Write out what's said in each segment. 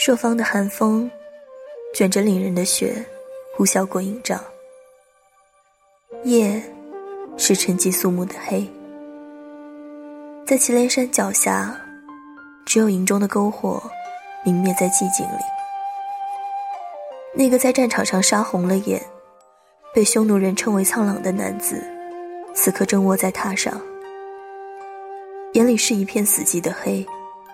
朔方的寒风卷着凛人的雪呼啸过营帐，夜是沉寂肃穆的黑。在祁连山脚下，只有营中的篝火明灭在寂静里。那个在战场上杀红了眼，被匈奴人称为苍狼的男子，此刻正卧在榻上，眼里是一片死寂的黑。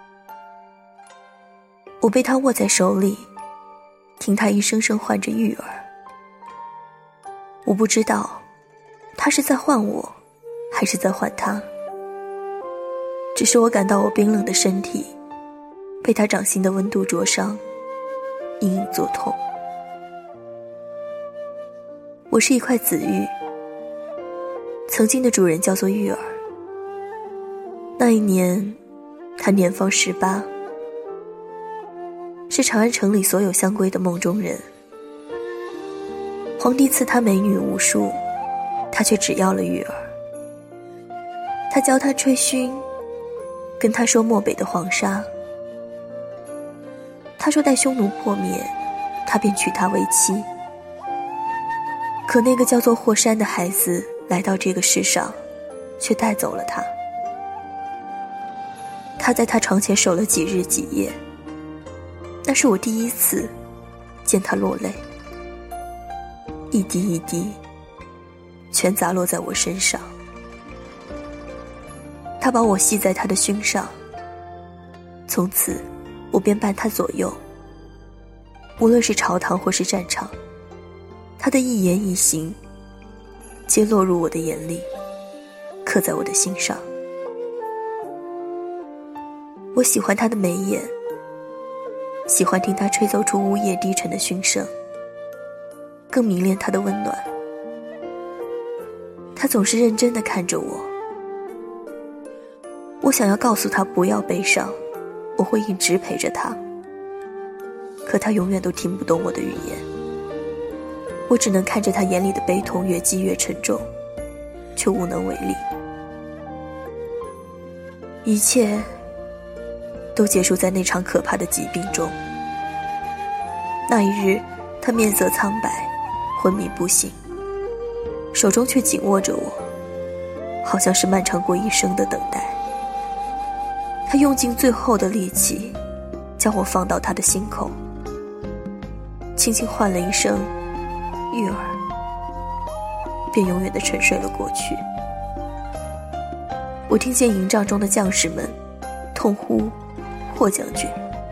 我被他握在手里，听他一声声唤着玉儿。我不知道他是在唤我还是在唤他，只是我感到我冰冷的身体被他掌心的温度灼伤，隐隐作痛。我是一块紫玉，曾经的主人叫做玉儿。那一年他年方18，是长安城里所有香闺的梦中人。皇帝赐他美女无数，他却只要了玉儿。他教他吹埙，跟他说漠北的黄沙。他说待匈奴破灭，他便娶她为妻。可那个叫做霍山的孩子来到这个世上，却带走了他。他在他床前守了几日几夜，那是我第一次见他落泪，一滴一滴全砸落在我身上。他把我系在他的胸上，从此我便伴他左右，无论是朝堂或是战场，他的一言一行皆落入我的眼里，刻在我的心上。我喜欢他的眉眼，喜欢听他吹奏出呜咽低沉的埙声，更迷恋他的温暖。他总是认真地看着我，我想要告诉他不要悲伤，我会一直陪着他，可他永远都听不懂我的语言。我只能看着他眼里的悲痛越积越沉重，却无能为力。一切都结束在那场可怕的疾病中。那一日，他面色苍白，昏迷不醒，手中却紧握着我，好像是漫长过一生的等待。他用尽最后的力气，将我放到他的心口，轻轻唤了一声玉儿，便永远地沉睡了过去。我听见营帐中的将士们痛呼霍将军。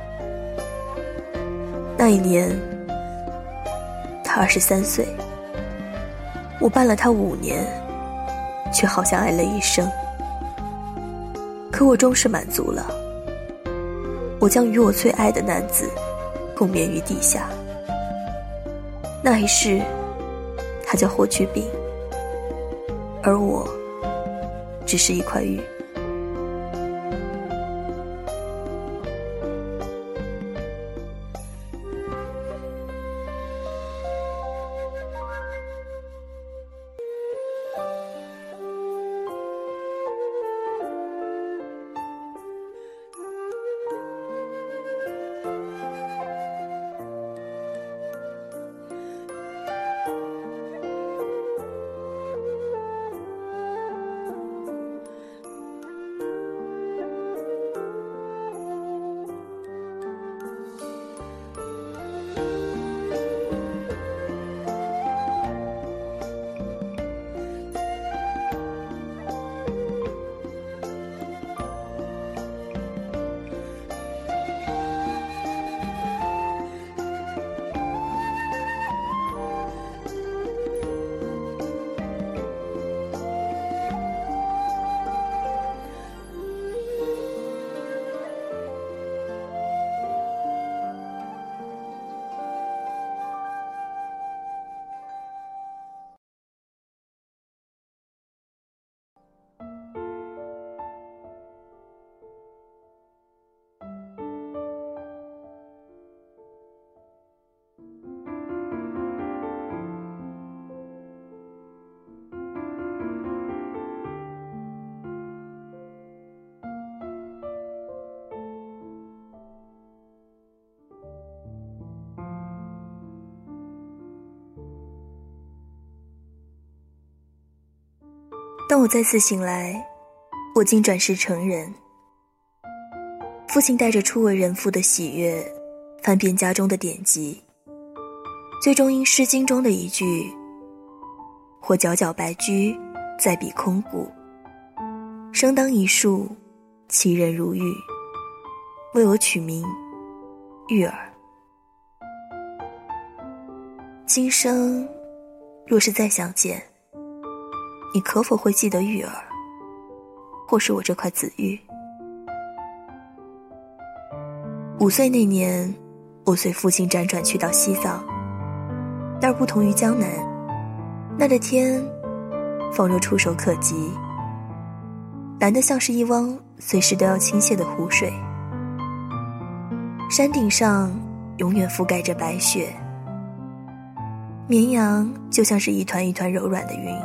那一年他23岁，我伴了他5年，却好像爱了一生。可我终是满足了，我将与我最爱的男子共眠于地下。那一世他叫霍去病，而我只是一块玉。 当我再次醒来，我竟转世成人。父亲带着初为人父的喜悦，翻遍家中的典籍，最终因《诗经》中的一句“或皎皎白驹，在彼空谷，生当一树，其人如玉”，为我取名玉儿。今生若是再相见，你可否会记得玉儿，或是我这块紫玉？5岁那年，我随父亲辗转去到西藏，那儿不同于江南，那儿的天放若触手可及，蓝得像是一汪随时都要倾泻的湖水，山顶上永远覆盖着白雪，绵羊就像是一团一团柔软的云，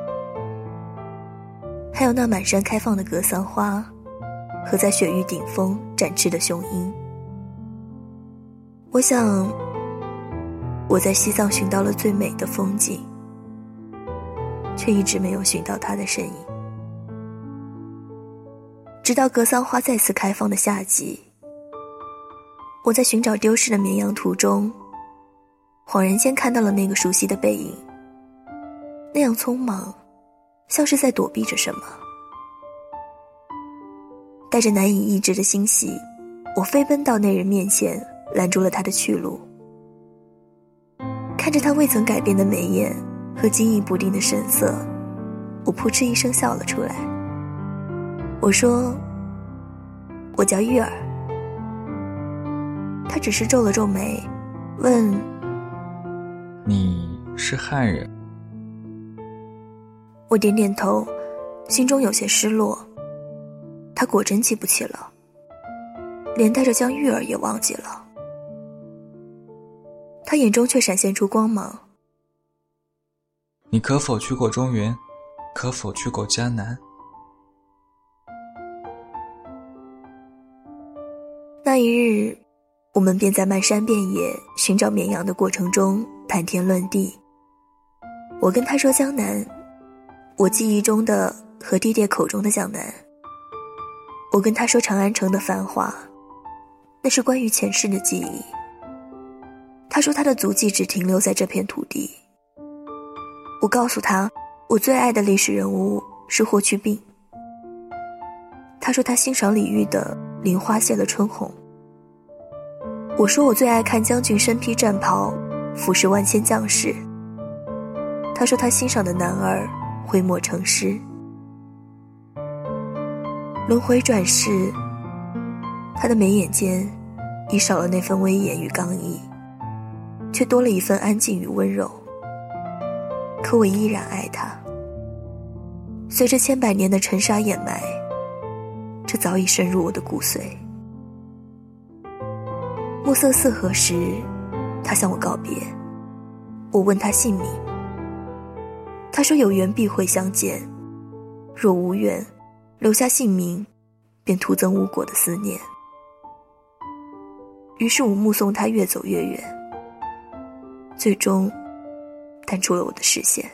还有那满山开放的格桑花和在雪域顶峰展翅的雄鹰。我想我在西藏寻到了最美的风景，却一直没有寻到它的身影。直到格桑花再次开放的夏季，我在寻找丢失的绵羊途中，恍然间看到了那个熟悉的背影，那样匆忙，像是在躲避着什么。带着难以抑制的欣喜，我飞奔到那人面前，拦住了他的去路。看着他未曾改变的眉眼和惊疑不定的神色，我扑哧一声笑了出来。我说：“我叫玉儿。”他只是皱了皱眉，问：“ 你是汉人？” 我点点头，心中有些失落。他果真记不起了，连带着将玉儿也忘记了。他眼中却闪现出光芒。 你可否去过中原？可否去过江南？ 那一日，我们便在漫山遍野寻找绵羊的过程中谈天论地。我跟他说江南，我记忆中的和爹爹口中的江南。我跟他说长安城的繁华，那是关于前世的记忆。他说他的足迹只停留在这片土地。我告诉他，我最爱的历史人物是霍去病。他说他欣赏李煜的《林花谢了春红》。我说我最爱看将军身披战袍，俯视万千将士。他说他欣赏的男儿挥墨成诗。轮回转世，他的眉眼间已少了那份威严与刚毅，却多了一份安静与温柔。可我依然爱他。随着千百年的尘沙掩埋，这早已深入我的骨髓。暮色四合时，他向我告别。我问他姓名，他说有缘必会相见，若无缘，留下姓名，便徒增无果的思念。于是我目送他越走越远，最终淡出了我的视线。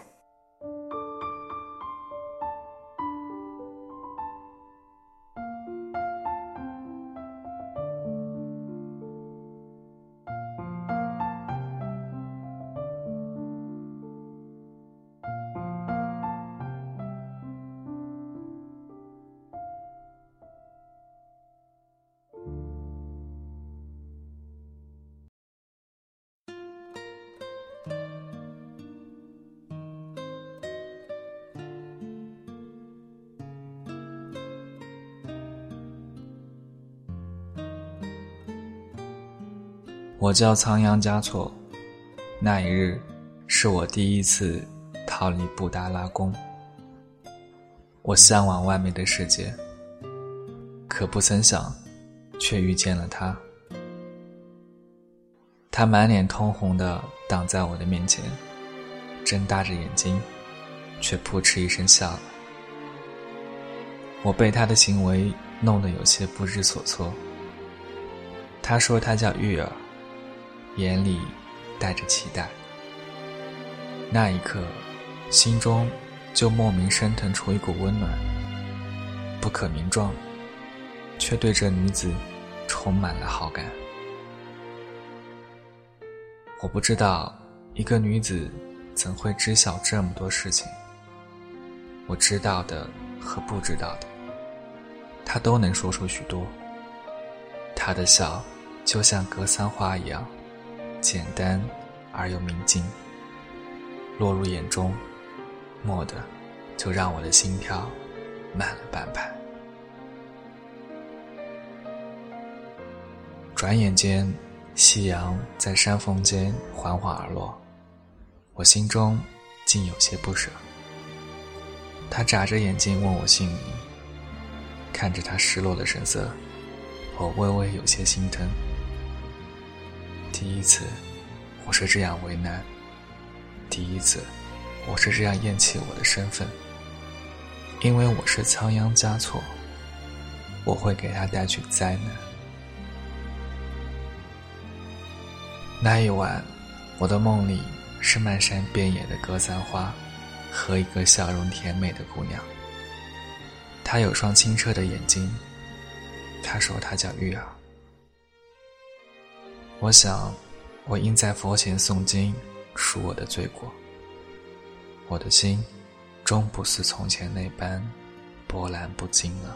我叫仓央嘉措，那一日是我第一次逃离布达拉宫。我向往外面的世界，可不曾想却遇见了他。他满脸通红地挡在我的面前，睁大着眼睛，却扑哧一声笑了。我被他的行为弄得有些不知所措。他说他叫玉儿，眼里带着期待。那一刻，心中就莫名升腾出一股温暖，不可名状，却对这女子充满了好感。我不知道一个女子怎会知晓这么多事情，我知道的和不知道的，她都能说出许多。她的笑就像格桑花一样，简单而又明净，落入眼中，蓦地就让我的心跳慢了半拍。转眼间，夕阳在山峰间缓缓而落，我心中竟有些不舍。他眨着眼睛问我姓名，看着他失落的神色，我微微有些心疼。第一次我是这样为难，第一次我是这样厌弃我的身份，因为我是仓央嘉措，我会给他带去灾难。那一晚，我的梦里是漫山遍野的格桑花和一个笑容甜美的姑娘。她有双清澈的眼睛，她说她叫玉儿。我想，我应在佛前诵经，赎我的罪过。我的心终不似从前那般波澜不惊了。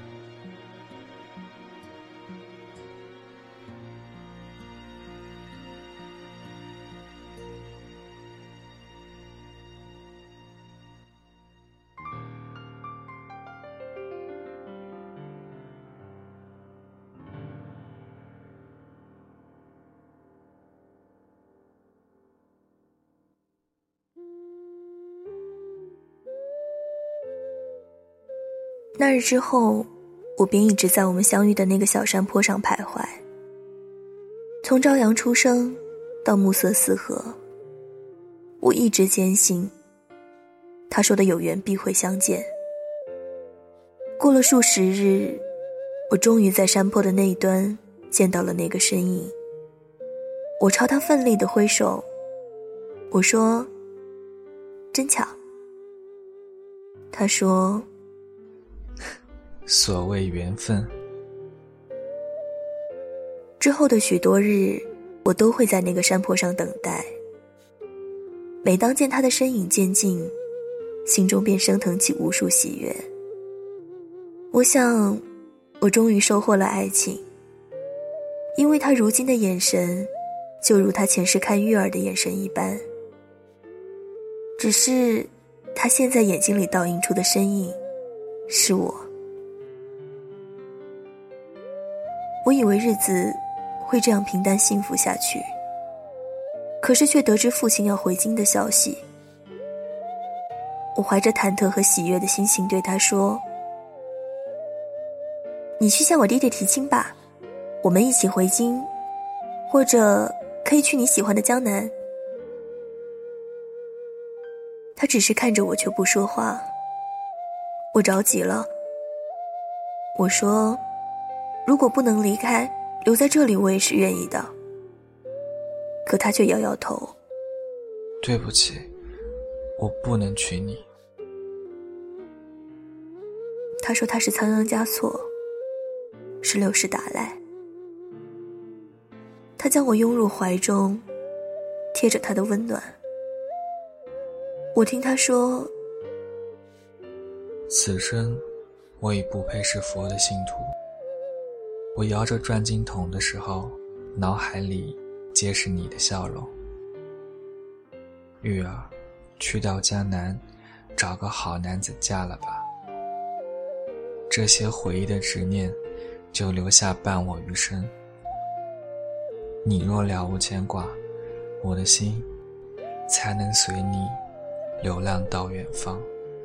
那日之后，我便一直在我们相遇的那个小山坡上徘徊。从朝阳初升到暮色四合，我一直坚信他说的有缘必会相见。过了数十日，我终于在山坡的那一端见到了那个身影。我朝他奋力地挥手，我说：真巧。他说： 所谓缘分。 之后的许多日，我都会在那个山坡上等待。每当见他的身影渐近，心中便升腾起无数喜悦。我想，我终于收获了爱情，因为他如今的眼神，就如他前世看玉儿的眼神一般。只是，他现在眼睛里倒映出的身影，是我。我以为日子会这样平淡幸福下去，可是却得知父亲要回京的消息。我怀着忐忑和喜悦的心情对他说：你去向我爹爹提亲吧，我们一起回京，或者可以去你喜欢的江南。他只是看着我却不说话。我着急了，我说：如果不能离开，留在这里我也是愿意的。可他却摇摇头。 对不起，我不能娶你。 他说他是仓央嘉措，是六世达赖。他将我拥入怀中，贴着他的温暖。我听他说： 此生我已不配是佛的信徒。我摇着转经筒的时候，脑海里皆是你的笑容。玉儿，去到江南，找个好男子嫁了吧。这些回忆的执念，就留下伴我余生。你若了无牵挂，我的心才能随你流浪到远方。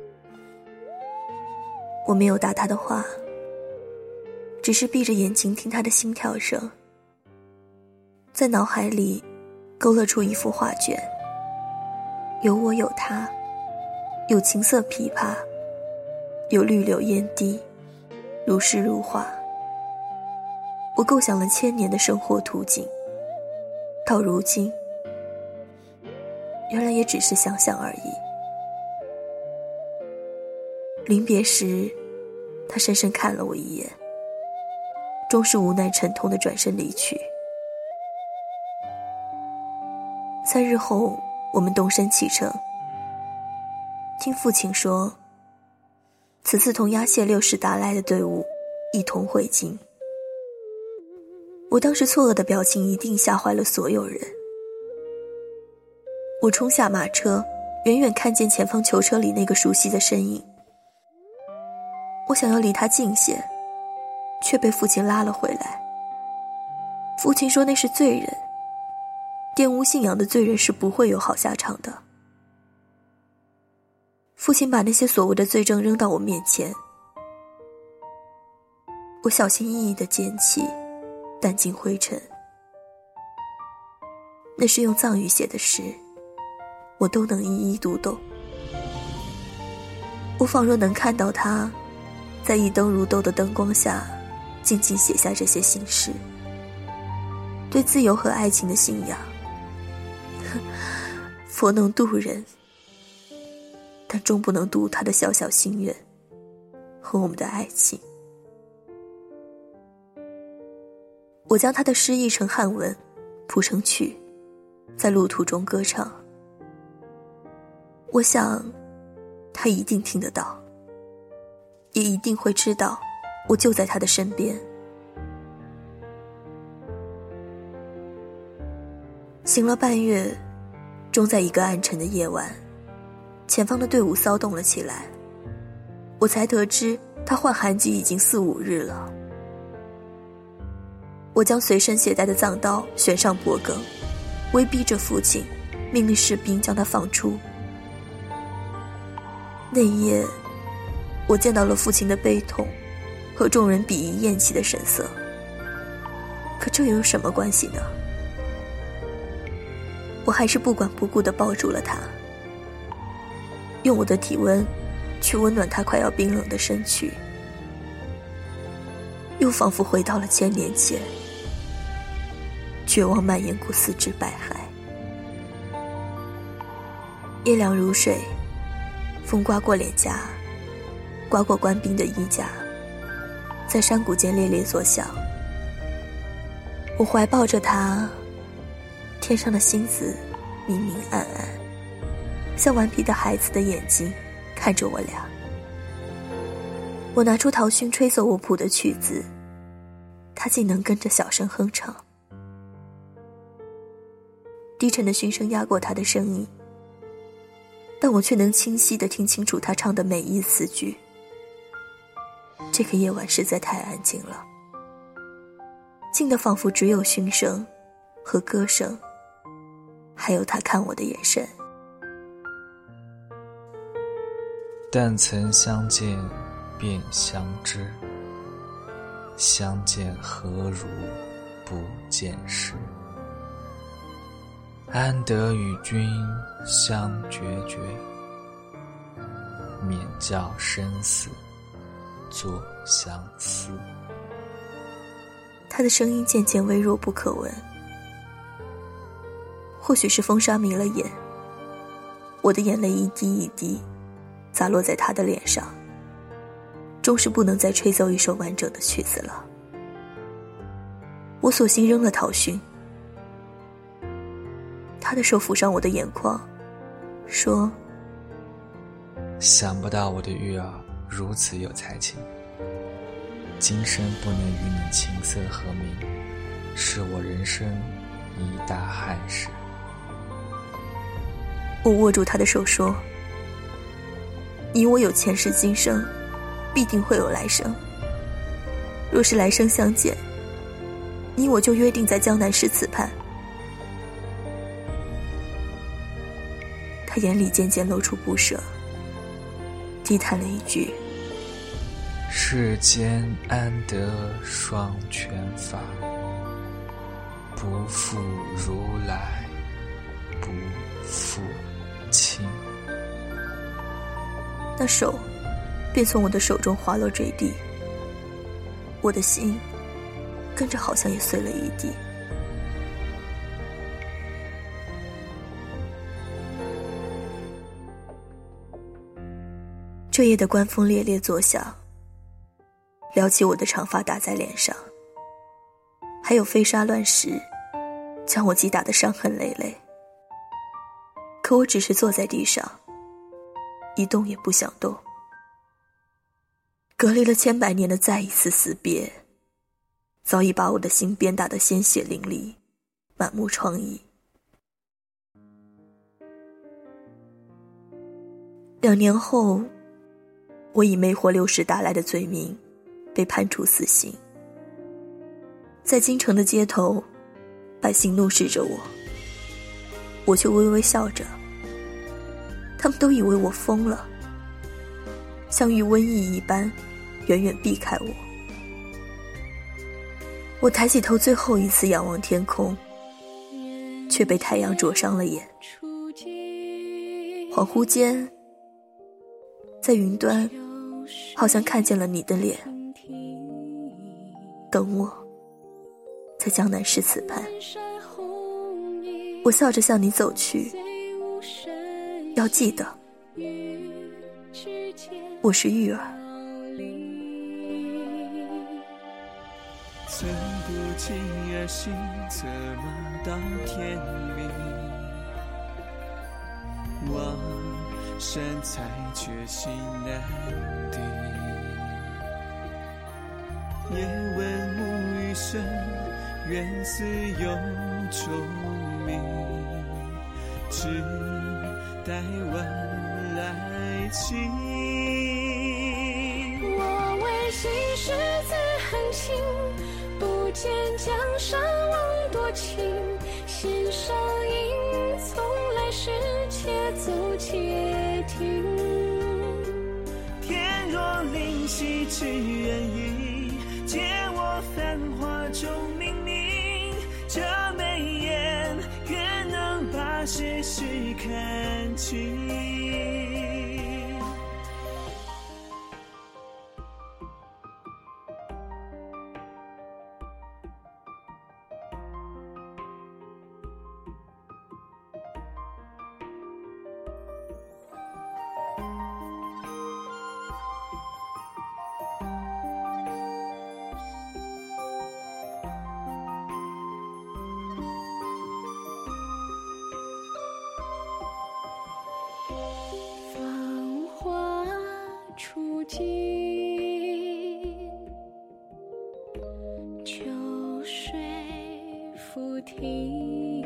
我没有答他的话，只是闭着眼睛听他的心跳声，在脑海里勾勒出一幅画卷，有我有他，有琴瑟琵琶，有绿柳烟滴，如诗如画。我构想了1000年的生活图景，到如今原来也只是想想而已。 临别时，他深深看了我一眼，终是无奈沉痛地转身离去。3日后，我们动身启程。听父亲说，此次同押解6使达赖的队伍一同会京。我当时错愕的表情一定吓坏了所有人。我冲下马车，远远看见前方囚车里那个熟悉的身影。我想要离他近些，却被父亲拉了回来。父亲说那是罪人，玷污信仰的罪人是不会有好下场的。父亲把那些所谓的罪证扔到我面前，我小心翼翼地捡起，掸尽灰尘。那是用藏语写的诗，我都能一一读懂。我仿若能看到他在一灯如豆的灯光下静静写下这些心事，对自由和爱情的信仰。佛能渡人，但终不能渡他的小小心愿和我们的爱情。我将他的诗译成汉文，谱成曲，在路途中歌唱。我想他一定听得到，也一定会知道我就在他的身边。行了半月，终在一个暗沉的夜晚，前方的队伍骚动了起来。我才得知他换寒疾已经4、5日了。我将随身携带的藏刀悬上脖梗，威逼着父亲，命令士兵将他放出。那一夜，我见到了父亲的悲痛和众人鄙夷厌弃的神色。可这又有什么关系呢？我还是不管不顾地抱住了他，用我的体温去温暖他快要冰冷的身躯，又仿佛回到了1000年前，绝望蔓延过4肢百骸。夜凉如水，风刮过脸颊，刮过官兵的衣甲，在山谷间猎猎作响。我怀抱着他，天上的星子明明暗暗，像顽皮的孩子的眼睛看着我俩。我拿出陶埙吹奏我谱的曲子，他竟能跟着小声哼唱。低沉的埙声压过他的声音，但我却能清晰地听清楚他唱的每一词句。这个夜晚实在太安静了，静得仿佛只有埙声和歌声，还有他看我的眼神。 但曾相见便相知，相见何如不见时。安得与君相决绝，免教生死作相思。 他的声音渐渐微弱不可闻，或许是风沙迷了眼，我的眼泪一滴一滴砸落在他的脸上，终是不能再吹奏一首完整的曲子了。我索性扔了陶埙，他的手抚上我的眼眶，说： 想不到我的玉儿如此有才情，今生不能与你琴瑟和鸣，是我人生一大憾事。 我握住他的手说：你我有前世今生，必定会有来生。若是来生相见，你我就约定在江南诗词畔。他眼里渐渐露出不舍，低叹了一句： 世间安得双全法，不负如来不负卿。 那手便从我的手中滑落坠地，我的心跟着好像也碎了一地。 这夜的官风猎猎作响，撩起我的长发打在脸上，还有飞沙乱石将我击打得伤痕累累。可我只是坐在地上，一动也不想动。隔离了千百年的再一次死别，早已把我的心鞭打得鲜血淋漓，满目疮痍。2年后，我以魅惑6时打来的罪名被判处死刑。在京城的街头，百姓怒视着我，我却微微笑着。他们都以为我疯了，像遇瘟疫一般远远避开我。我抬起头最后一次仰望天空，却被太阳灼伤了眼。恍惚间，在云端好像看见了你的脸，等我在江南诗词畔。我笑着向你走去，要记得我是玉儿。 曾不经而行，策马到天明，望山才觉心难定。夜闻暮雨声，愿似有钟鸣，只待晚来晴。 我为昔世自横行，不见江山望多情。弦上音，从来时且走且停。 天若灵犀知人意，借我繁华中冥冥。这眉眼，愿能把世事看清。 初尽，秋水复停，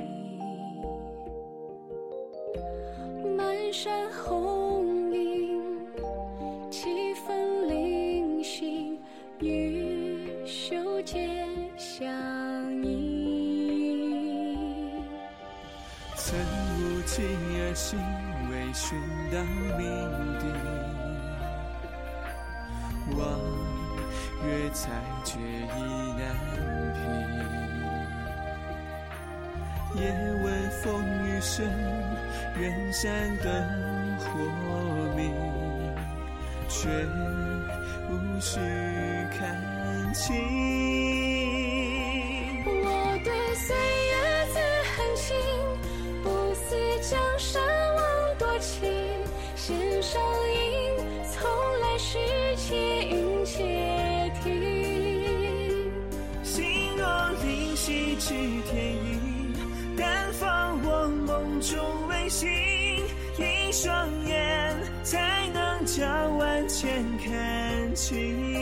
满山红林，几分灵犀，与袖间相依。 曾无疾而行，为寻到命定。望月才觉意难平，夜闻风雨声，远山灯火明，却无需看清。 我对岁月自横行，不思江山望多情。弦上音，从来时且应且停。 心若灵犀知天意，但放我梦中微醒。一双眼，才能将万千看清。